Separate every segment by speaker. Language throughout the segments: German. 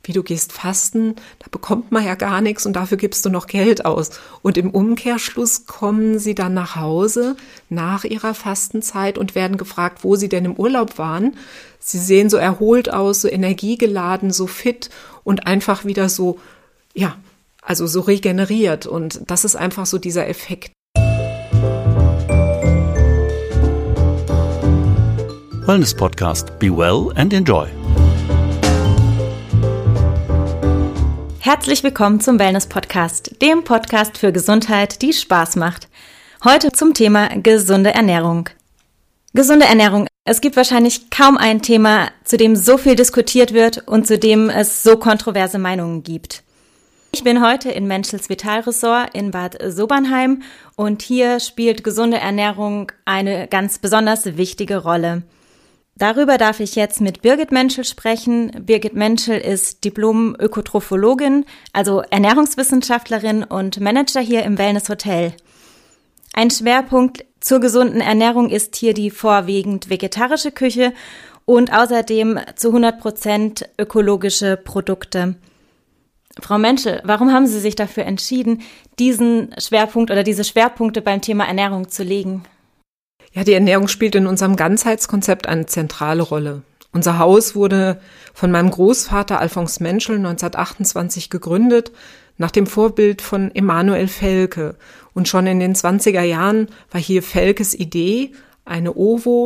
Speaker 1: wie du gehst fasten, da bekommt man ja gar nichts und dafür gibst du noch Geld aus. Und im Umkehrschluss kommen sie dann nach Hause nach ihrer Fastenzeit und werden gefragt, wo sie denn im Urlaub waren. Sie sehen so erholt aus, so energiegeladen, so fit und einfach wieder so, ja, also so regeneriert. Und das ist einfach so dieser Effekt.
Speaker 2: Wellness Podcast. Be well and enjoy.
Speaker 3: Herzlich willkommen zum Wellness Podcast, dem Podcast für Gesundheit, die Spaß macht. Heute zum Thema gesunde Ernährung. Gesunde Ernährung. Es gibt wahrscheinlich kaum ein Thema, zu dem so viel diskutiert wird und zu dem es so kontroverse Meinungen gibt. Ich bin heute in Menschels Vitalressort in Bad Sobernheim und hier spielt gesunde Ernährung eine ganz besonders wichtige Rolle. Darüber darf ich jetzt mit Birgit Menschel sprechen. Birgit Menschel ist Diplom-Ökotrophologin, also Ernährungswissenschaftlerin und Manager hier im Wellness Hotel. Ein Schwerpunkt zur gesunden Ernährung ist hier die vorwiegend vegetarische Küche und außerdem zu 100% ökologische Produkte. Frau Menschel, warum haben Sie sich dafür entschieden, diesen Schwerpunkt oder diese Schwerpunkte beim Thema Ernährung zu legen?
Speaker 1: Ja, die Ernährung spielt in unserem Ganzheitskonzept eine zentrale Rolle. Unser Haus wurde von meinem Großvater Alfons Menschel 1928 gegründet, nach dem Vorbild von Emanuel Felke. Und schon in den 20er Jahren war hier Felkes Idee eine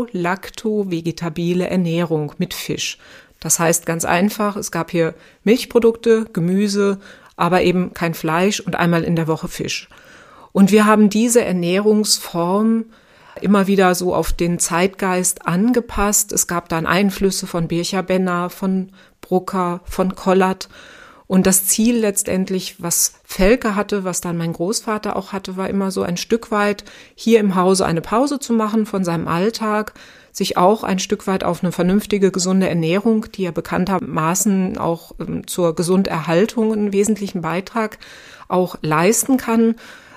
Speaker 1: ovo-lacto-vegetabile Ernährung mit Fisch. Das heißt ganz einfach, es gab hier Milchprodukte, Gemüse, aber eben kein Fleisch und einmal in der Woche Fisch. Und wir haben diese Ernährungsform immer wieder so auf den Zeitgeist angepasst. Es gab dann Einflüsse von Bircher-Benner, von Brucker, von Kollert. Und das Ziel letztendlich, was Felke hatte, was dann mein Großvater auch hatte, war immer so ein Stück weit hier im Hause eine Pause zu machen von seinem Alltag, sich auch ein Stück weit auf eine vernünftige, gesunde Ernährung, die ja bekanntermaßen auch zur Gesunderhaltung einen wesentlichen Beitrag auch leisten kann,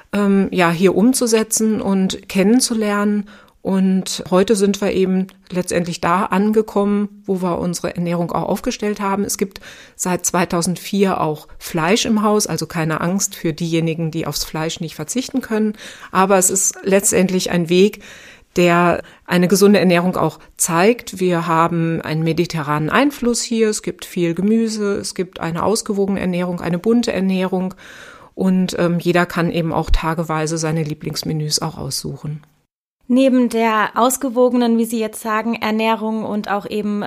Speaker 1: hier umzusetzen und kennenzulernen. Und heute sind wir eben letztendlich da angekommen, wo wir unsere Ernährung auch aufgestellt haben. Es gibt seit 2004 auch Fleisch im Haus, also keine Angst für diejenigen, die aufs Fleisch nicht verzichten können. Aber es ist letztendlich ein Weg, der eine gesunde Ernährung auch zeigt. Wir haben einen mediterranen Einfluss hier. Es gibt viel Gemüse, es gibt eine ausgewogene Ernährung, eine bunte Ernährung. Und jeder kann eben auch tageweise seine Lieblingsmenüs auch aussuchen.
Speaker 3: Neben der ausgewogenen, wie Sie jetzt sagen, Ernährung und auch eben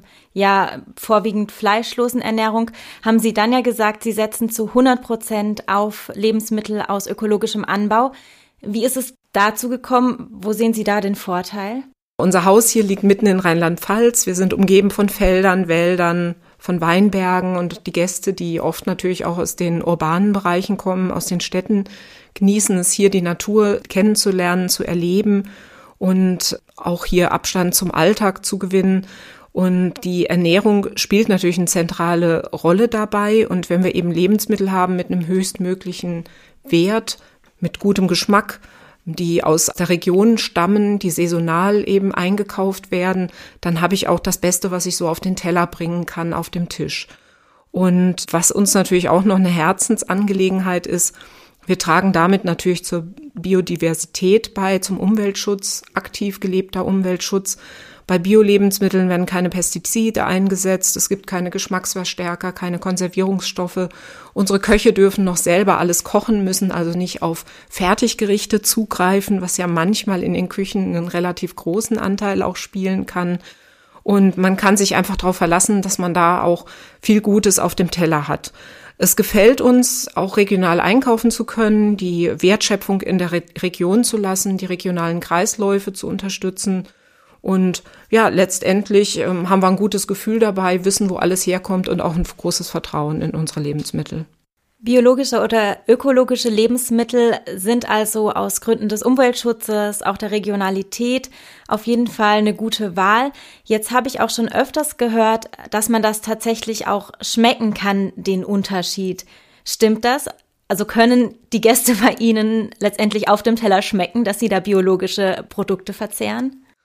Speaker 3: vorwiegend fleischlosen Ernährung, haben Sie dann ja gesagt, Sie setzen zu 100% auf Lebensmittel aus ökologischem Anbau. Wie ist es dazu gekommen? Wo sehen Sie da den Vorteil?
Speaker 1: Unser Haus hier liegt mitten in Rheinland-Pfalz. Wir sind umgeben von Feldern, Wäldern, von Weinbergen und die Gäste, die oft natürlich auch aus den urbanen Bereichen kommen, aus den Städten, genießen es hier, die Natur kennenzulernen, zu erleben und auch hier Abstand zum Alltag zu gewinnen. Und die Ernährung spielt natürlich eine zentrale Rolle dabei. Und wenn wir eben Lebensmittel haben mit einem höchstmöglichen Wert, mit gutem Geschmack, die aus der Region stammen, die saisonal eben eingekauft werden, dann habe ich auch das Beste, was ich so auf den Teller bringen kann, auf dem Tisch. Und was uns natürlich auch noch eine Herzensangelegenheit ist, wir tragen damit natürlich zur Biodiversität bei, zum Umweltschutz, aktiv gelebter Umweltschutz. Bei Bio-Lebensmitteln werden keine Pestizide eingesetzt, es gibt keine Geschmacksverstärker, keine Konservierungsstoffe. Unsere Köche dürfen noch selber alles kochen, müssen also nicht auf Fertiggerichte zugreifen, was ja manchmal in den Küchen einen relativ großen Anteil auch spielen kann. Und man kann sich einfach darauf verlassen, dass man da auch viel Gutes auf dem Teller hat. Es gefällt uns, auch regional einkaufen zu können, die Wertschöpfung in der Region zu lassen, die regionalen Kreisläufe zu unterstützen. Und ja, letztendlich haben wir ein gutes Gefühl dabei, wissen, wo alles herkommt und auch ein großes Vertrauen in unsere Lebensmittel.
Speaker 3: Biologische oder ökologische Lebensmittel sind also aus Gründen des Umweltschutzes, auch der Regionalität auf jeden Fall eine gute Wahl. Jetzt habe ich auch schon öfters gehört, dass man das tatsächlich auch schmecken kann, den Unterschied. Stimmt das? Also können die Gäste bei Ihnen letztendlich auf dem Teller schmecken, dass Sie da biologische Produkte verzehren?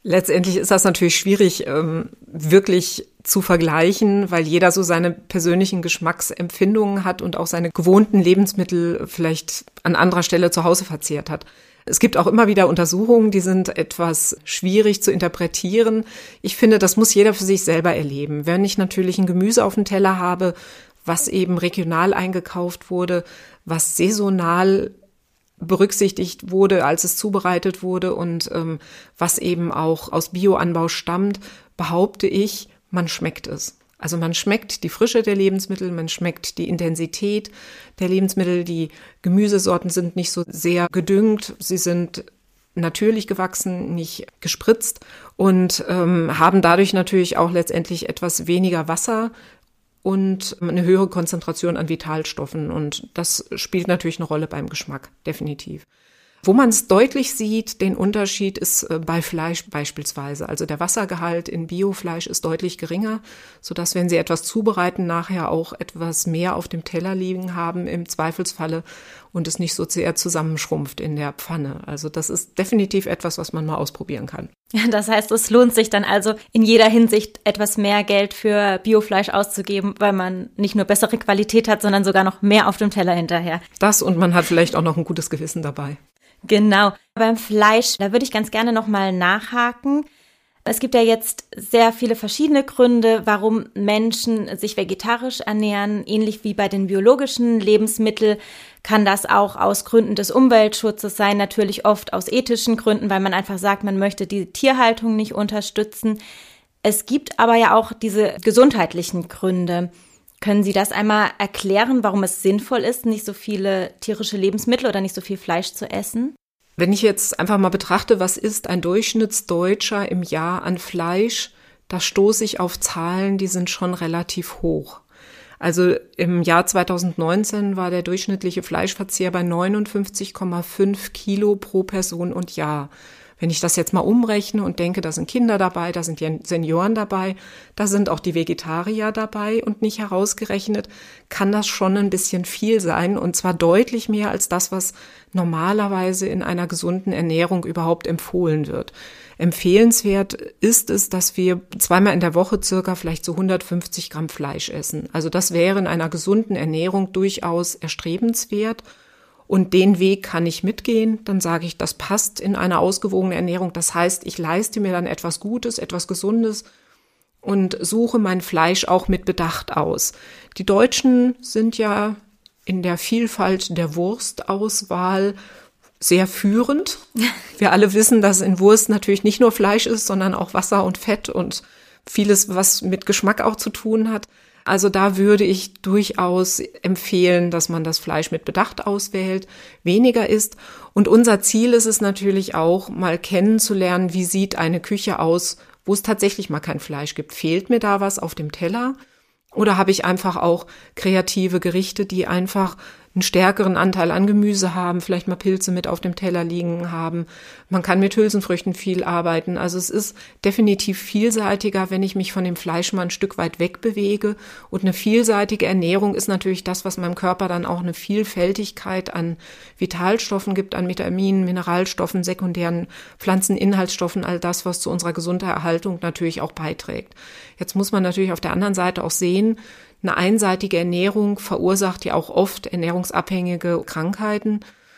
Speaker 1: Letztendlich ist das natürlich schwierig, wirklich zu vergleichen, weil jeder so seine persönlichen Geschmacksempfindungen hat und auch seine gewohnten Lebensmittel vielleicht an anderer Stelle zu Hause verzehrt hat. Es gibt auch immer wieder Untersuchungen, die sind etwas schwierig zu interpretieren. Ich finde, das muss jeder für sich selber erleben. Wenn ich natürlich ein Gemüse auf dem Teller habe, was eben regional eingekauft wurde, was saisonal berücksichtigt wurde, als es zubereitet wurde und was eben auch aus Bioanbau stammt, behaupte ich, man schmeckt es. Also man schmeckt die Frische der Lebensmittel, man schmeckt die Intensität der Lebensmittel. Die Gemüsesorten sind nicht so sehr gedüngt, sie sind natürlich gewachsen, nicht gespritzt und haben dadurch natürlich auch letztendlich etwas weniger Wasser und eine höhere Konzentration an Vitalstoffen. Und das spielt natürlich eine Rolle beim Geschmack, definitiv. Wo man es deutlich sieht, den Unterschied ist bei Fleisch beispielsweise. Also der Wassergehalt in Biofleisch ist deutlich geringer, sodass, wenn Sie etwas zubereiten, nachher auch etwas mehr auf dem Teller liegen haben im Zweifelsfalle und es nicht so sehr zusammenschrumpft in der Pfanne. Also das ist definitiv etwas, was man mal ausprobieren kann.
Speaker 3: Das heißt, es lohnt sich dann also in jeder Hinsicht etwas mehr Geld für Biofleisch auszugeben, weil man nicht nur bessere Qualität hat, sondern sogar noch mehr auf dem Teller hinterher.
Speaker 1: Das und man hat vielleicht auch noch ein gutes Gewissen dabei.
Speaker 3: Genau. Beim Fleisch, da würde ich ganz gerne nochmal nachhaken. Es gibt ja jetzt sehr viele verschiedene Gründe, warum Menschen sich vegetarisch ernähren. Ähnlich wie bei den biologischen Lebensmitteln kann das auch aus Gründen des Umweltschutzes sein, natürlich oft aus ethischen Gründen, weil man einfach sagt, man möchte die Tierhaltung nicht unterstützen. Es gibt aber ja auch diese gesundheitlichen Gründe. Können Sie das einmal erklären, warum es sinnvoll ist, nicht so viele tierische Lebensmittel oder nicht so viel Fleisch zu essen?
Speaker 1: Wenn ich jetzt einfach mal betrachte, was ist ein Durchschnittsdeutscher im Jahr an Fleisch, da stoße ich auf Zahlen, die sind schon relativ hoch. Also im Jahr 2019 war der durchschnittliche Fleischverzehr bei 59,5 Kilo pro Person und Jahr. Wenn ich das jetzt mal umrechne und denke, da sind Kinder dabei, da sind die Senioren dabei, da sind auch die Vegetarier dabei und nicht herausgerechnet, kann das schon ein bisschen viel sein und zwar deutlich mehr als das, was normalerweise in einer gesunden Ernährung überhaupt empfohlen wird. Empfehlenswert ist es, dass wir zweimal in der Woche circa vielleicht so 150 Gramm Fleisch essen. Also das wäre in einer gesunden Ernährung durchaus erstrebenswert. Und den Weg kann ich mitgehen, dann sage ich, das passt in einer ausgewogenen Ernährung. Das heißt, ich leiste mir dann etwas Gutes, etwas Gesundes und suche mein Fleisch auch mit Bedacht aus. Die Deutschen sind ja in der Vielfalt der Wurstauswahl sehr führend. Wir alle wissen, dass in Wurst natürlich nicht nur Fleisch ist, sondern auch Wasser und Fett und vieles, was mit Geschmack auch zu tun hat. Also da würde ich durchaus empfehlen, dass man das Fleisch mit Bedacht auswählt, weniger isst. Und unser Ziel ist es natürlich auch, mal kennenzulernen, wie sieht eine Küche aus, wo es tatsächlich mal kein Fleisch gibt. Fehlt mir da was auf dem Teller? Oder habe ich einfach auch kreative Gerichte, die einfach einen stärkeren Anteil an Gemüse haben, vielleicht mal Pilze mit auf dem Teller liegen haben. Man kann mit Hülsenfrüchten viel arbeiten. Also es ist definitiv vielseitiger, wenn ich mich von dem Fleisch mal ein Stück weit wegbewege. Und eine vielseitige Ernährung ist natürlich das, was meinem Körper dann auch eine Vielfältigkeit an Vitalstoffen gibt, an Vitaminen, Mineralstoffen, sekundären Pflanzeninhaltsstoffen, all das, was zu unserer gesunden Erhaltung natürlich auch beiträgt. Jetzt muss man natürlich auf der anderen Seite auch sehen, eine einseitige Ernährung verursacht ja auch oft ernährungsabhängige Krankheiten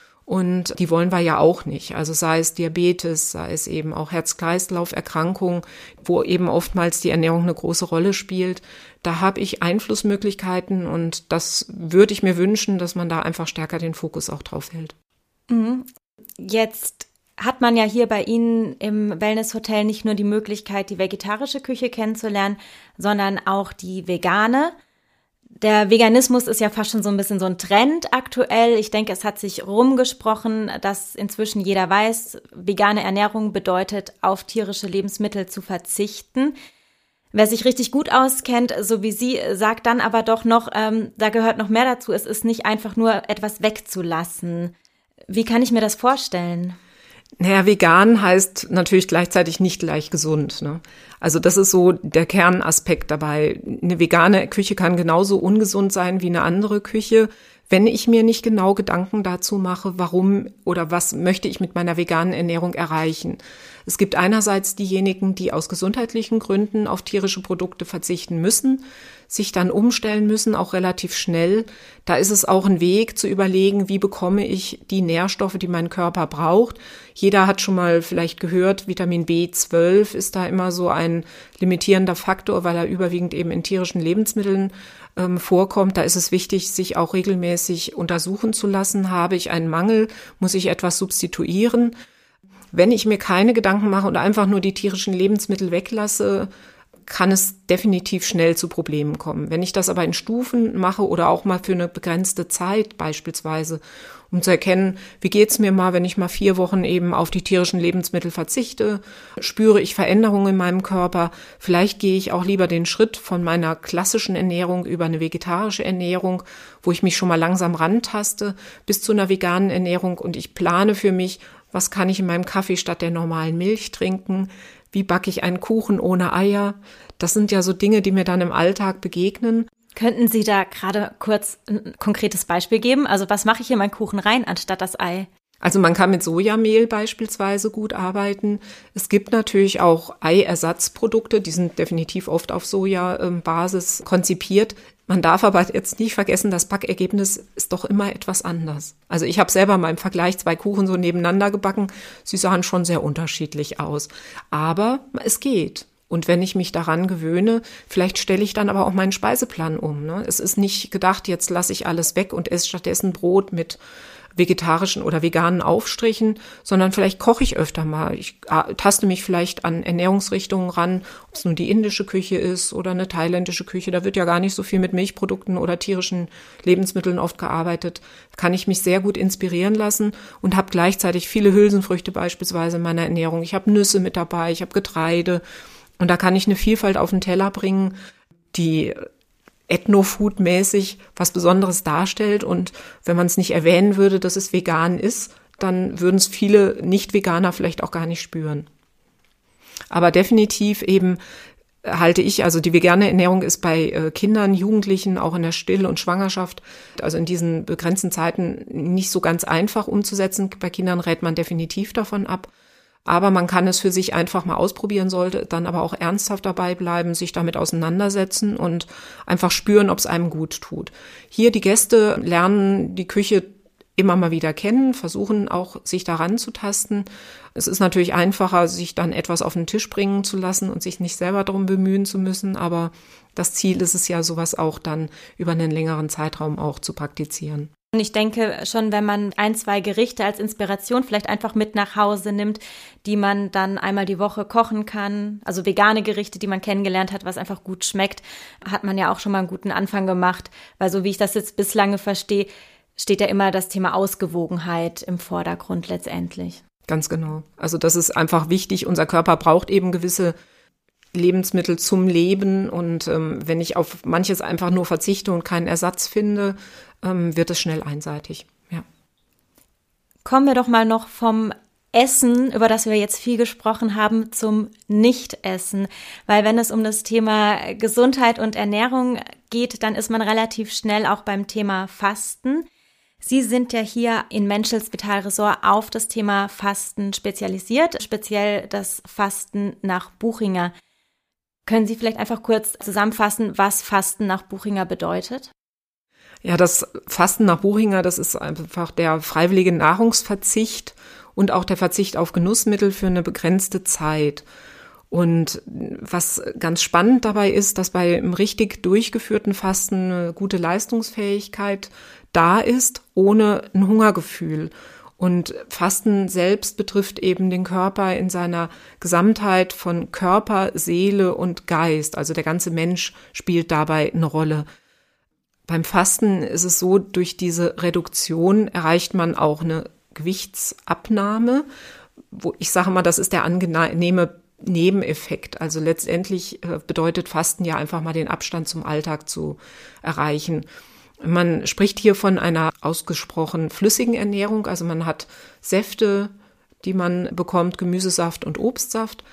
Speaker 1: und die wollen wir ja auch nicht. Also sei es Diabetes, sei es eben auch Herz-Kreislauf-Erkrankungen, wo eben oftmals die Ernährung eine große Rolle spielt. Da habe ich Einflussmöglichkeiten und das würde ich mir wünschen, dass man da einfach stärker den Fokus auch drauf hält.
Speaker 3: Jetzt hat man ja hier bei Ihnen im Wellness-Hotel nicht nur die Möglichkeit, die vegetarische Küche kennenzulernen, sondern auch die vegane. Der Veganismus ist ja fast schon so ein bisschen so ein Trend aktuell. Ich denke, es hat sich rumgesprochen, dass inzwischen jeder weiß, vegane Ernährung bedeutet, auf tierische Lebensmittel zu verzichten. Wer sich richtig gut auskennt, so wie Sie, sagt dann aber doch noch, da gehört noch mehr dazu. Es ist nicht einfach nur etwas wegzulassen. Wie kann ich mir das vorstellen?
Speaker 1: Naja, vegan heißt natürlich gleichzeitig nicht gleich gesund, ne? Also das ist so der Kernaspekt dabei. Eine vegane Küche kann genauso ungesund sein wie eine andere Küche. wenn ich mir nicht genau Gedanken dazu mache, warum oder was möchte ich mit meiner veganen Ernährung erreichen. Es gibt einerseits diejenigen, die aus gesundheitlichen Gründen auf tierische Produkte verzichten müssen, sich dann umstellen müssen, auch relativ schnell. Da ist es auch ein Weg zu überlegen, wie bekomme ich die Nährstoffe, die mein Körper braucht. Jeder hat schon mal vielleicht gehört, Vitamin B12 ist da immer so ein limitierender Faktor, weil er überwiegend eben in tierischen Lebensmitteln vorkommt. Da ist es wichtig, sich auch regelmäßig untersuchen zu lassen. Habe ich einen Mangel? Muss ich etwas substituieren? Wenn ich mir keine Gedanken mache und einfach nur die tierischen Lebensmittel weglasse, kann es definitiv schnell zu Problemen kommen. Wenn ich das aber in Stufen mache oder auch mal für eine begrenzte Zeit beispielsweise, um zu erkennen, wie geht's mir mal, wenn ich mal 4 Wochen eben auf die tierischen Lebensmittel verzichte, spüre ich Veränderungen in meinem Körper, vielleicht gehe ich auch lieber den Schritt von meiner klassischen Ernährung über eine vegetarische Ernährung, wo ich mich schon mal langsam rantaste, bis zu einer veganen Ernährung und ich plane für mich, was kann ich in meinem Kaffee statt der normalen Milch trinken, wie backe ich einen Kuchen ohne Eier. Das sind ja so Dinge, die mir dann im Alltag begegnen.
Speaker 3: Könnten Sie da gerade kurz ein konkretes Beispiel geben? Also was mache ich in meinen Kuchen rein anstatt das Ei?
Speaker 1: Also man kann mit Sojamehl beispielsweise gut arbeiten. Es gibt natürlich auch Eiersatzprodukte, die sind definitiv oft auf Sojabasis konzipiert. Man darf aber jetzt nicht vergessen, das Backergebnis ist doch immer etwas anders. Also ich habe selber mal im Vergleich 2 Kuchen so nebeneinander gebacken. Sie sahen schon sehr unterschiedlich aus. Aber es geht. Und wenn ich mich daran gewöhne, vielleicht stelle ich dann aber auch meinen Speiseplan um. Ne? Es ist nicht gedacht, jetzt lasse ich alles weg und esse stattdessen Brot mit vegetarischen oder veganen Aufstrichen, sondern vielleicht koche ich öfter mal. Ich taste mich vielleicht an Ernährungsrichtungen ran, ob es nun die indische Küche ist oder eine thailändische Küche. Da wird ja gar nicht so viel mit Milchprodukten oder tierischen Lebensmitteln oft gearbeitet. Da kann ich mich sehr gut inspirieren lassen und habe gleichzeitig viele Hülsenfrüchte beispielsweise in meiner Ernährung. Ich habe Nüsse mit dabei, ich habe Getreide und da kann ich eine Vielfalt auf den Teller bringen, die Ethno-Food-mäßig was Besonderes darstellt. Und wenn man es nicht erwähnen würde, dass es vegan ist, dann würden es viele Nicht-Veganer vielleicht auch gar nicht spüren. Aber definitiv eben halte ich, also die vegane Ernährung ist bei Kindern, Jugendlichen, auch in der Still- und Schwangerschaft, also in diesen begrenzten Zeiten nicht so ganz einfach umzusetzen. Bei Kindern rät man definitiv davon ab. Aber man kann es für sich einfach mal ausprobieren, sollte dann aber auch ernsthaft dabei bleiben, sich damit auseinandersetzen und einfach spüren, ob es einem gut tut. Hier die Gäste lernen die Küche immer mal wieder kennen, versuchen auch sich daran zu tasten. Es ist natürlich einfacher, sich dann etwas auf den Tisch bringen zu lassen und sich nicht selber darum bemühen zu müssen, aber das Ziel ist es ja, sowas auch dann über einen längeren Zeitraum auch zu praktizieren.
Speaker 3: Und ich denke schon, wenn man 1, 2 Gerichte als Inspiration vielleicht einfach mit nach Hause nimmt, die man dann einmal die Woche kochen kann, also vegane Gerichte, die man kennengelernt hat, was einfach gut schmeckt, hat man ja auch schon mal einen guten Anfang gemacht, weil so wie ich das jetzt bislang verstehe, steht ja immer das Thema Ausgewogenheit im Vordergrund letztendlich.
Speaker 1: Ganz genau. Also das ist einfach wichtig. Unser Körper braucht eben gewisse Lebensmittel zum Leben und wenn ich auf manches einfach nur verzichte und keinen Ersatz finde, wird es schnell einseitig. Ja.
Speaker 3: Kommen wir doch mal noch vom Essen, über das wir jetzt viel gesprochen haben, zum Nichtessen. Weil wenn es um das Thema Gesundheit und Ernährung geht, dann ist man relativ schnell auch beim Thema Fasten. Sie sind ja hier in Menschels Vitalresort auf das Thema Fasten spezialisiert, speziell das Fasten nach Buchinger. Können Sie vielleicht einfach kurz zusammenfassen, was Fasten nach Buchinger bedeutet?
Speaker 1: Ja, das Fasten nach Buchinger, das ist einfach der freiwillige Nahrungsverzicht und auch der Verzicht auf Genussmittel für eine begrenzte Zeit. Und was ganz spannend dabei ist, dass bei einem richtig durchgeführten Fasten eine gute Leistungsfähigkeit da ist, ohne ein Hungergefühl. Und Fasten selbst betrifft eben den Körper in seiner Gesamtheit von Körper, Seele und Geist. Also der ganze Mensch spielt dabei eine Rolle. Beim Fasten ist es so, durch diese Reduktion erreicht man auch eine Gewichtsabnahme, wo ich sage mal, das ist der angenehme Nebeneffekt. Also letztendlich bedeutet Fasten ja einfach mal den Abstand zum Alltag zu erreichen. Man spricht hier von einer ausgesprochen flüssigen Ernährung, also man hat Säfte, die man bekommt, Gemüsesaft und Obstsaft.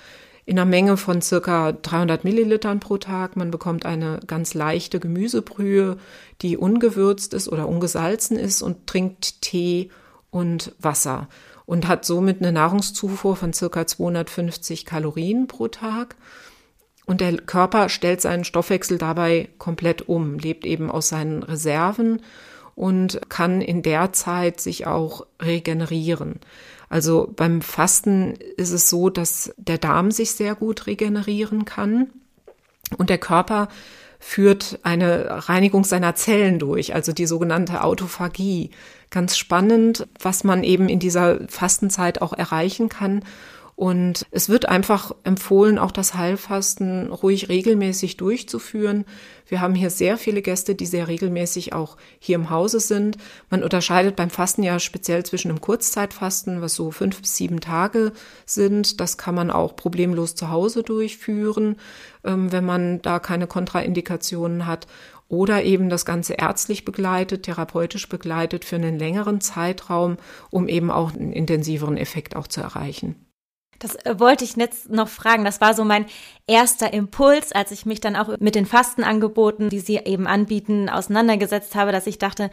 Speaker 1: in einer Menge von circa 300 Millilitern pro Tag. Man bekommt eine ganz leichte Gemüsebrühe, die ungewürzt ist oder ungesalzen ist und trinkt Tee und Wasser und hat somit eine Nahrungszufuhr von circa 250 Kalorien pro Tag. Und der Körper stellt seinen Stoffwechsel dabei komplett um, lebt eben aus seinen Reserven und kann in der Zeit sich auch regenerieren. Also beim Fasten ist es so, dass der Darm sich sehr gut regenerieren kann und der Körper führt eine Reinigung seiner Zellen durch, also die sogenannte Autophagie. Ganz spannend, was man eben in dieser Fastenzeit auch erreichen kann. Und es wird einfach empfohlen, auch das Heilfasten ruhig regelmäßig durchzuführen. Wir haben hier sehr viele Gäste, die sehr regelmäßig auch hier im Hause sind. Man unterscheidet beim Fasten ja speziell zwischen einem Kurzzeitfasten, was so 5 bis 7 Tage sind. Das kann man auch problemlos zu Hause durchführen, wenn man da keine Kontraindikationen hat. Oder eben das Ganze ärztlich begleitet, therapeutisch begleitet für einen längeren Zeitraum, um eben auch einen intensiveren Effekt auch zu erreichen.
Speaker 3: Das wollte ich jetzt noch fragen. Das war so mein erster Impuls, als ich mich dann auch mit den Fastenangeboten, die Sie eben anbieten, auseinandergesetzt habe, dass ich dachte,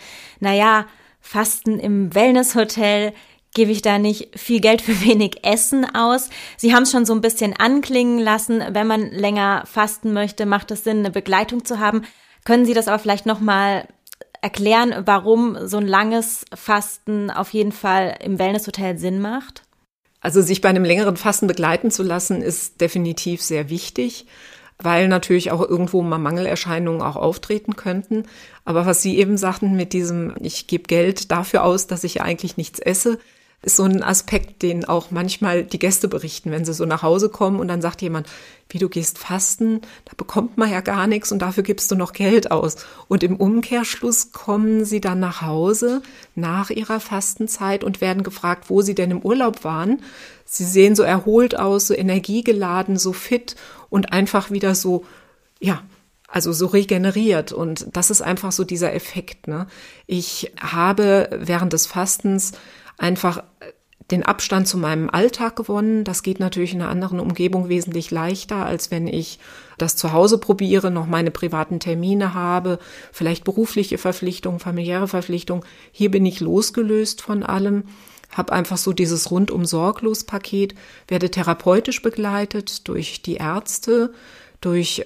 Speaker 3: Fasten im Wellnesshotel, gebe ich da nicht viel Geld für wenig Essen aus? Sie haben es schon so ein bisschen anklingen lassen. Wenn man länger fasten möchte, macht es Sinn, eine Begleitung zu haben. Können Sie das aber vielleicht nochmal erklären, warum so ein langes Fasten auf jeden Fall im Wellnesshotel Sinn macht?
Speaker 1: Also sich bei einem längeren Fasten begleiten zu lassen, ist definitiv sehr wichtig, weil natürlich auch irgendwo mal Mangelerscheinungen auch auftreten könnten. Aber was Sie eben sagten mit diesem, ich gebe Geld dafür aus, dass ich eigentlich nichts esse, ist so ein Aspekt, den auch manchmal die Gäste berichten, wenn sie so nach Hause kommen und dann sagt jemand, wie, du gehst fasten, da bekommt man ja gar nichts und dafür gibst du noch Geld aus. Und im Umkehrschluss kommen sie dann nach Hause nach ihrer Fastenzeit und werden gefragt, wo sie denn im Urlaub waren. Sie sehen so erholt aus, so energiegeladen, so fit und einfach wieder so, also so regeneriert. Und das ist einfach so dieser Effekt, ne? Ich habe während des Fastens einfach den Abstand zu meinem Alltag gewonnen. Das geht natürlich in einer anderen Umgebung wesentlich leichter, als wenn ich das zu Hause probiere, noch meine privaten Termine habe, vielleicht berufliche Verpflichtungen, familiäre Verpflichtungen. Hier bin ich losgelöst von allem, habe einfach so dieses Rundum-Sorglos-Paket, werde therapeutisch begleitet durch die Ärzte, durch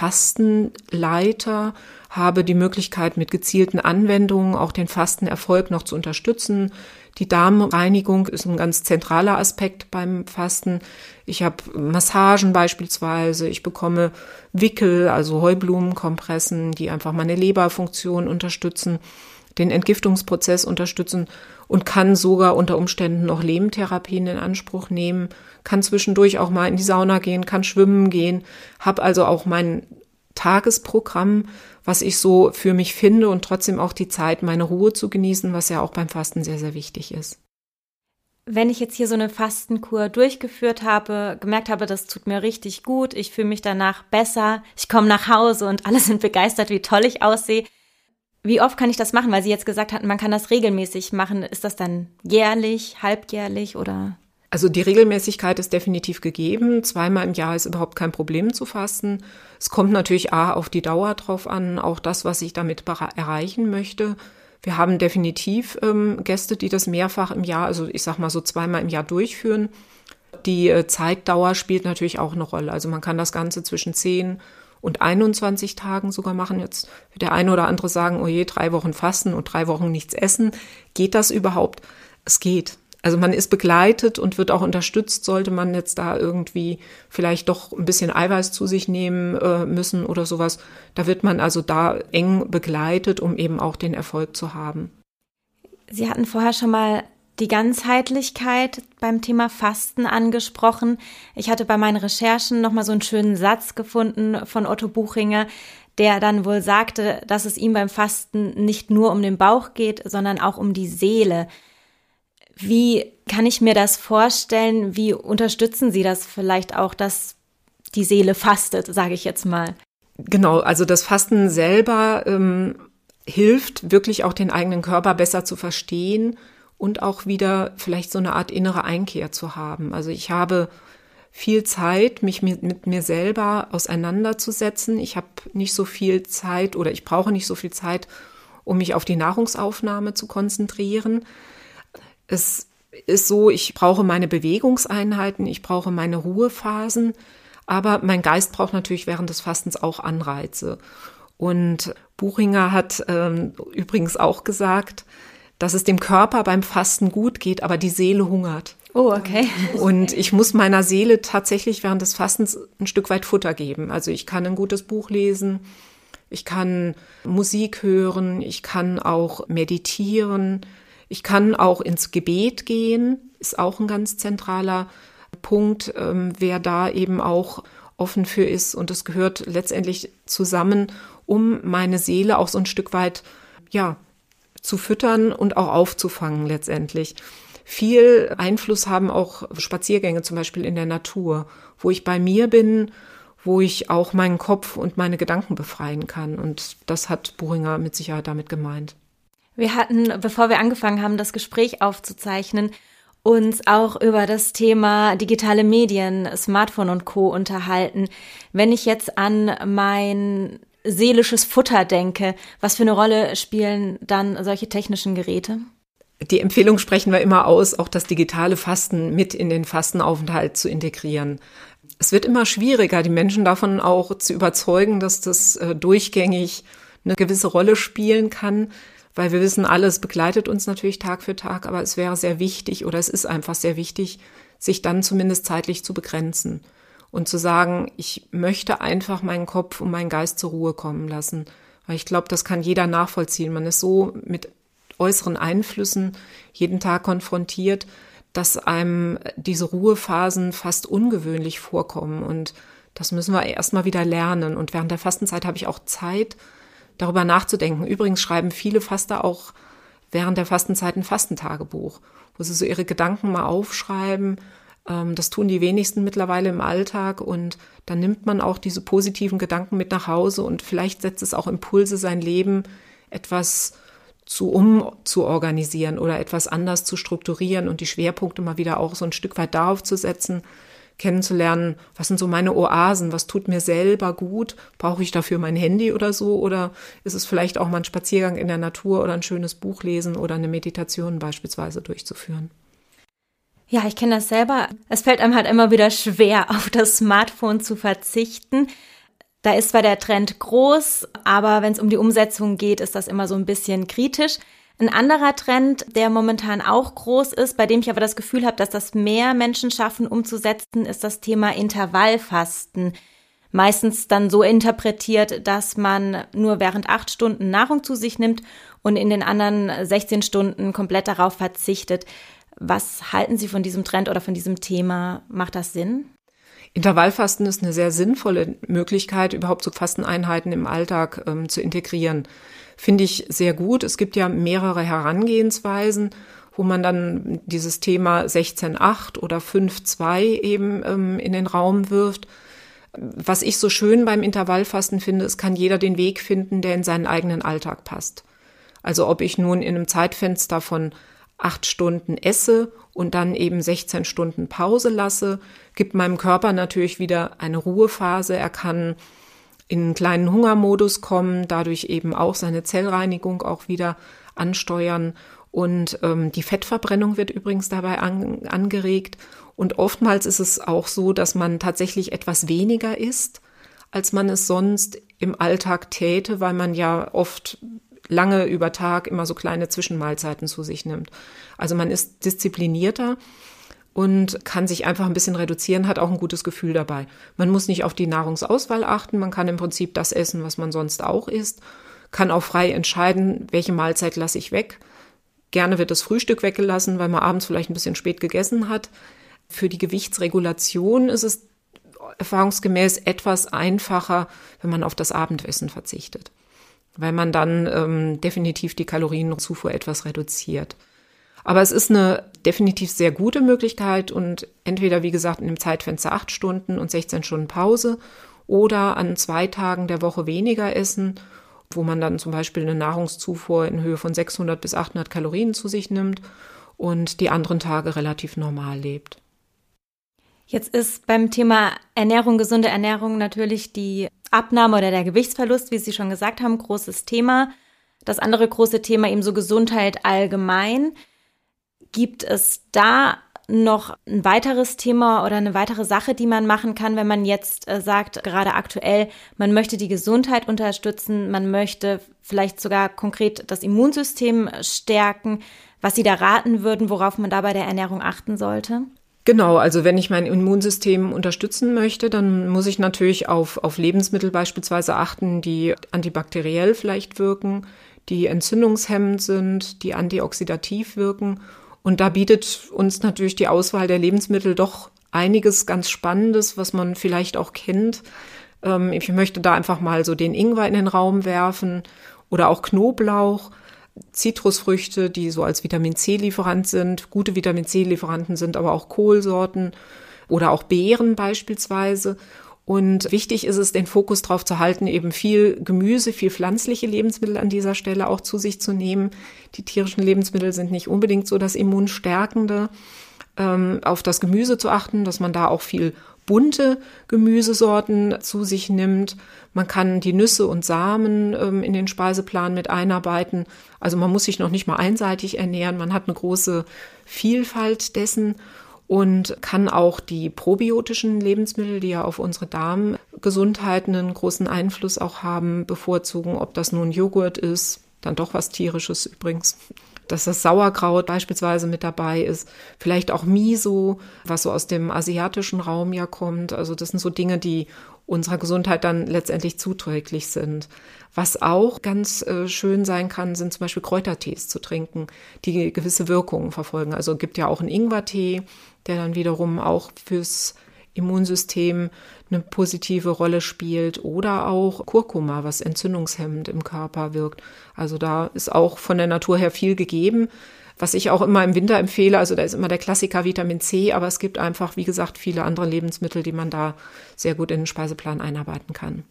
Speaker 1: Fastenleiter, habe die Möglichkeit, mit gezielten Anwendungen auch den Fastenerfolg noch zu unterstützen. Die Darmreinigung ist ein ganz zentraler Aspekt beim Fasten. Ich habe Massagen beispielsweise, ich bekomme Wickel, also Heublumenkompressen, die einfach meine Leberfunktion unterstützen, den Entgiftungsprozess unterstützen und kann sogar unter Umständen noch Lehmtherapien in Anspruch nehmen, kann zwischendurch auch mal in die Sauna gehen, kann schwimmen gehen, habe also auch mein Tagesprogramm, was ich so für mich finde und trotzdem auch die Zeit, meine Ruhe zu genießen, was ja auch beim Fasten sehr, sehr wichtig ist.
Speaker 3: Wenn ich jetzt hier so eine Fastenkur durchgeführt habe, gemerkt habe, das tut mir richtig gut, ich fühle mich danach besser, ich komme nach Hause und alle sind begeistert, wie toll ich aussehe. Wie oft kann ich das machen? Weil Sie jetzt gesagt hatten, man kann das regelmäßig machen. Ist das dann jährlich, halbjährlich oder?
Speaker 1: Also die Regelmäßigkeit ist definitiv gegeben. 2-mal im Jahr ist überhaupt kein Problem zu fasten. Es kommt natürlich auf die Dauer drauf an, auch das, was ich damit erreichen möchte. Wir haben definitiv Gäste, die das mehrfach im Jahr, also ich sag mal so 2-mal im Jahr durchführen. Die Zeitdauer spielt natürlich auch eine Rolle. Also man kann das Ganze zwischen 10 und 21 Tagen sogar machen. Jetzt wird der eine oder andere sagen, oh je, 3 Wochen fasten und 3 Wochen nichts essen. Geht das überhaupt? Es geht. Also man ist begleitet und wird auch unterstützt, sollte man jetzt da irgendwie vielleicht doch ein bisschen Eiweiß zu sich nehmen müssen oder sowas. Da wird man also da eng begleitet, um eben auch den Erfolg zu haben.
Speaker 3: Sie hatten vorher schon mal die Ganzheitlichkeit beim Thema Fasten angesprochen. Ich hatte bei meinen Recherchen nochmal so einen schönen Satz gefunden von Otto Buchinger, der dann wohl sagte, dass es ihm beim Fasten nicht nur um den Bauch geht, sondern auch um die Seele. Wie kann ich mir das vorstellen? Wie unterstützen Sie das vielleicht auch, dass die Seele fastet, sage ich jetzt mal?
Speaker 1: Genau, also das Fasten selber hilft wirklich auch den eigenen Körper besser zu verstehen und auch wieder vielleicht so eine Art innere Einkehr zu haben. Also ich habe viel Zeit, mich mit mir selber auseinanderzusetzen. Ich habe nicht so viel Zeit oder ich brauche nicht so viel Zeit, um mich auf die Nahrungsaufnahme zu konzentrieren. Es ist so, ich brauche meine Bewegungseinheiten, ich brauche meine Ruhephasen, aber mein Geist braucht natürlich während des Fastens auch Anreize. Und Buchinger hat übrigens auch gesagt, dass es dem Körper beim Fasten gut geht, aber die Seele hungert.
Speaker 3: Oh, okay.
Speaker 1: Und ich muss meiner Seele tatsächlich während des Fastens ein Stück weit Futter geben. Also ich kann ein gutes Buch lesen, ich kann Musik hören, ich kann auch meditieren, ich kann auch ins Gebet gehen, ist auch ein ganz zentraler Punkt, wer da eben auch offen für ist. Und es gehört letztendlich zusammen, um meine Seele auch so ein Stück weit, zu füttern und auch aufzufangen letztendlich. Viel Einfluss haben auch Spaziergänge, zum Beispiel in der Natur, wo ich bei mir bin, wo ich auch meinen Kopf und meine Gedanken befreien kann. Und das hat Buchinger mit Sicherheit damit gemeint.
Speaker 3: Wir hatten, bevor wir angefangen haben, das Gespräch aufzuzeichnen, uns auch über das Thema digitale Medien, Smartphone und Co. unterhalten. Wenn ich jetzt an mein seelisches Futter denke, was für eine Rolle spielen dann solche technischen Geräte?
Speaker 1: Die Empfehlung sprechen wir immer aus, auch das digitale Fasten mit in den Fastenaufenthalt zu integrieren. Es wird immer schwieriger, die Menschen davon auch zu überzeugen, dass das durchgängig eine gewisse Rolle spielen kann, weil wir wissen, alles begleitet uns natürlich Tag für Tag, aber es wäre sehr wichtig oder es ist einfach sehr wichtig, sich dann zumindest zeitlich zu begrenzen und zu sagen, ich möchte einfach meinen Kopf und meinen Geist zur Ruhe kommen lassen. Weil ich glaube, das kann jeder nachvollziehen. Man ist so mit äußeren Einflüssen jeden Tag konfrontiert, dass einem diese Ruhephasen fast ungewöhnlich vorkommen. Und das müssen wir erstmal wieder lernen. Und während der Fastenzeit habe ich auch Zeit, darüber nachzudenken. Übrigens schreiben viele Faster auch während der Fastenzeit ein Fastentagebuch, wo sie so ihre Gedanken mal aufschreiben. Das tun die wenigsten mittlerweile im Alltag und dann nimmt man auch diese positiven Gedanken mit nach Hause und vielleicht setzt es auch Impulse, sein Leben etwas zu organisieren oder etwas anders zu strukturieren und die Schwerpunkte mal wieder auch so ein Stück weit darauf zu setzen, kennenzulernen, was sind so meine Oasen, was tut mir selber gut, brauche ich dafür mein Handy oder so oder ist es vielleicht auch mal ein Spaziergang in der Natur oder ein schönes Buch lesen oder eine Meditation beispielsweise durchzuführen.
Speaker 3: Ja, ich kenne das selber. Es fällt einem halt immer wieder schwer, auf das Smartphone zu verzichten. Da ist zwar der Trend groß, aber wenn es um die Umsetzung geht, ist das immer so ein bisschen kritisch. Ein anderer Trend, der momentan auch groß ist, bei dem ich aber das Gefühl habe, dass das mehr Menschen schaffen umzusetzen, ist das Thema Intervallfasten. Meistens dann so interpretiert, dass man nur während 8 Stunden Nahrung zu sich nimmt und in den anderen 16 Stunden komplett darauf verzichtet. Was halten Sie von diesem Trend oder von diesem Thema? Macht das Sinn?
Speaker 1: Intervallfasten ist eine sehr sinnvolle Möglichkeit, überhaupt so Fasteneinheiten im Alltag zu integrieren. Finde ich sehr gut. Es gibt ja mehrere Herangehensweisen, wo man dann dieses Thema 16:8 oder 5:2 eben in den Raum wirft. Was ich so schön beim Intervallfasten finde, es kann jeder den Weg finden, der in seinen eigenen Alltag passt. Also ob ich nun in einem Zeitfenster von 8 Stunden esse und dann eben 16 Stunden Pause lasse, gibt meinem Körper natürlich wieder eine Ruhephase. Er kann in einen kleinen Hungermodus kommen, dadurch eben auch seine Zellreinigung auch wieder ansteuern. Und die Fettverbrennung wird übrigens dabei angeregt. Und oftmals ist es auch so, dass man tatsächlich etwas weniger isst, als man es sonst im Alltag täte, weil man ja oft lange über Tag immer so kleine Zwischenmahlzeiten zu sich nimmt. Also man ist disziplinierter und kann sich einfach ein bisschen reduzieren, hat auch ein gutes Gefühl dabei. Man muss nicht auf die Nahrungsauswahl achten, man kann im Prinzip das essen, was man sonst auch isst, kann auch frei entscheiden, welche Mahlzeit lasse ich weg. Gerne wird das Frühstück weggelassen, weil man abends vielleicht ein bisschen spät gegessen hat. Für die Gewichtsregulation ist es erfahrungsgemäß etwas einfacher, wenn man auf das Abendessen verzichtet, weil man dann definitiv die Kalorienzufuhr etwas reduziert. Aber es ist eine definitiv sehr gute Möglichkeit und entweder, wie gesagt, in dem Zeitfenster 8 Stunden und 16 Stunden Pause oder an 2 Tagen der Woche weniger essen, wo man dann zum Beispiel eine Nahrungszufuhr in Höhe von 600 bis 800 Kalorien zu sich nimmt und die anderen Tage relativ normal lebt.
Speaker 3: Jetzt ist beim Thema Ernährung, gesunde Ernährung natürlich die Abnahme oder der Gewichtsverlust, wie Sie schon gesagt haben, großes Thema. Das andere große Thema eben so Gesundheit allgemein. Gibt es da noch ein weiteres Thema oder eine weitere Sache, die man machen kann, wenn man jetzt sagt, gerade aktuell, man möchte die Gesundheit unterstützen, man möchte vielleicht sogar konkret das Immunsystem stärken, was Sie da raten würden, worauf man da bei der Ernährung achten sollte?
Speaker 1: Genau, also wenn ich mein Immunsystem unterstützen möchte, dann muss ich natürlich auf Lebensmittel beispielsweise achten, die antibakteriell vielleicht wirken, die entzündungshemmend sind, die antioxidativ wirken. Und da bietet uns natürlich die Auswahl der Lebensmittel doch einiges ganz Spannendes, was man vielleicht auch kennt. Ich möchte da einfach mal so den Ingwer in den Raum werfen oder auch Knoblauch. Zitrusfrüchte, die so als Vitamin-C-Lieferant sind, gute Vitamin-C-Lieferanten sind aber auch Kohlsorten oder auch Beeren beispielsweise. Und wichtig ist es, den Fokus darauf zu halten, eben viel Gemüse, viel pflanzliche Lebensmittel an dieser Stelle auch zu sich zu nehmen. Die tierischen Lebensmittel sind nicht unbedingt so das Immunstärkende. Auf das Gemüse zu achten, dass man da auch viel bunte Gemüsesorten zu sich nimmt. Man kann die Nüsse und Samen in den Speiseplan mit einarbeiten. Also man muss sich noch nicht mal einseitig ernähren. Man hat eine große Vielfalt dessen und kann auch die probiotischen Lebensmittel, die ja auf unsere Darmgesundheit einen großen Einfluss auch haben, bevorzugen. Ob das nun Joghurt ist, dann doch was Tierisches übrigens. Dass das Sauerkraut beispielsweise mit dabei ist, vielleicht auch Miso, was so aus dem asiatischen Raum ja kommt. Also das sind so Dinge, die unserer Gesundheit dann letztendlich zuträglich sind. Was auch ganz schön sein kann, sind zum Beispiel Kräutertees zu trinken, die gewisse Wirkungen verfolgen. Also es gibt ja auch einen Ingwertee, der dann wiederum auch fürs Immunsystem eine positive Rolle spielt, oder auch Kurkuma, was entzündungshemmend im Körper wirkt. Also da ist auch von der Natur her viel gegeben, was ich auch immer im Winter empfehle. Also da ist immer der Klassiker Vitamin C, aber es gibt einfach, wie gesagt, viele andere Lebensmittel, die man da sehr gut in den Speiseplan einarbeiten kann.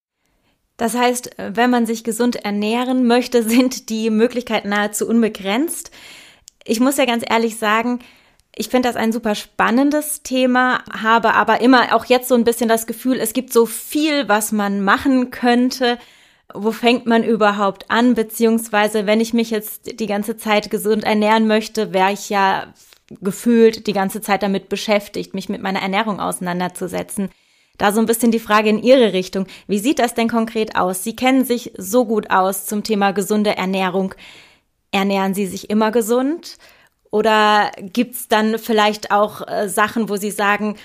Speaker 3: Das heißt, wenn man sich gesund ernähren möchte, sind die Möglichkeiten nahezu unbegrenzt. Ich muss ja ganz ehrlich sagen, ich finde das ein super spannendes Thema, habe aber immer auch jetzt so ein bisschen das Gefühl, es gibt so viel, was man machen könnte. Wo fängt man überhaupt an? Beziehungsweise, wenn ich mich jetzt die ganze Zeit gesund ernähren möchte, wäre ich ja gefühlt die ganze Zeit damit beschäftigt, mich mit meiner Ernährung auseinanderzusetzen. Da so ein bisschen die Frage in Ihre Richtung. Wie sieht das denn konkret aus? Sie kennen sich so gut aus zum Thema gesunde Ernährung. Ernähren Sie sich immer gesund? Oder gibt's dann vielleicht auch Sachen, wo Sie sagen,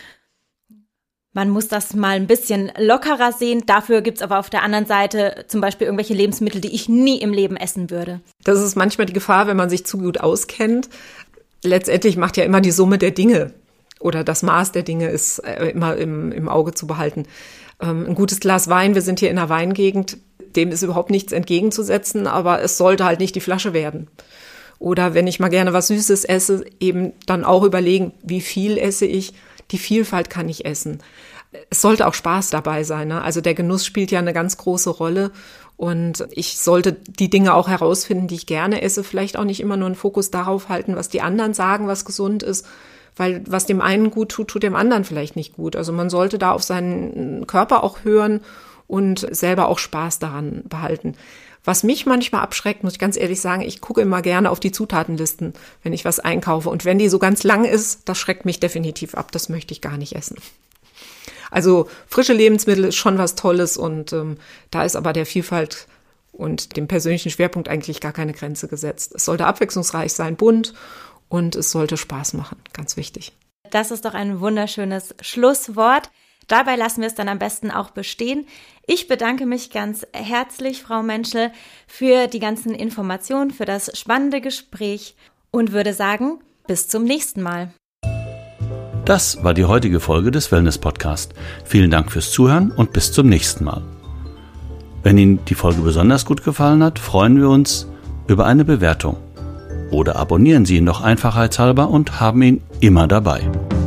Speaker 3: man muss das mal ein bisschen lockerer sehen. Dafür gibt's aber auf der anderen Seite zum Beispiel irgendwelche Lebensmittel, die ich nie im Leben essen würde.
Speaker 1: Das ist manchmal die Gefahr, wenn man sich zu gut auskennt. Letztendlich macht ja immer die Summe der Dinge oder das Maß der Dinge ist immer im Auge zu behalten. Ein gutes Glas Wein, wir sind hier in einer Weingegend, dem ist überhaupt nichts entgegenzusetzen, aber es sollte halt nicht die Flasche werden. Oder wenn ich mal gerne was Süßes esse, eben dann auch überlegen, wie viel esse ich. Die Vielfalt kann ich essen. Es sollte auch Spaß dabei sein, ne? Also der Genuss spielt ja eine ganz große Rolle. Und ich sollte die Dinge auch herausfinden, die ich gerne esse. Vielleicht auch nicht immer nur einen Fokus darauf halten, was die anderen sagen, was gesund ist. Weil was dem einen gut tut, tut dem anderen vielleicht nicht gut. Also man sollte da auf seinen Körper auch hören und selber auch Spaß daran behalten. Was mich manchmal abschreckt, muss ich ganz ehrlich sagen, ich gucke immer gerne auf die Zutatenlisten, wenn ich was einkaufe. Und wenn die so ganz lang ist, das schreckt mich definitiv ab. Das möchte ich gar nicht essen. Also frische Lebensmittel ist schon was Tolles und da ist aber der Vielfalt und dem persönlichen Schwerpunkt eigentlich gar keine Grenze gesetzt. Es sollte abwechslungsreich sein, bunt und es sollte Spaß machen. Ganz wichtig.
Speaker 3: Das ist doch ein wunderschönes Schlusswort. Dabei lassen wir es dann am besten auch bestehen. Ich bedanke mich ganz herzlich, Frau Menschel, für die ganzen Informationen, für das spannende Gespräch und würde sagen, bis zum nächsten Mal.
Speaker 2: Das war die heutige Folge des Wellness-Podcast. Vielen Dank fürs Zuhören und bis zum nächsten Mal. Wenn Ihnen die Folge besonders gut gefallen hat, freuen wir uns über eine Bewertung. Oder abonnieren Sie ihn doch einfachheitshalber und haben ihn immer dabei.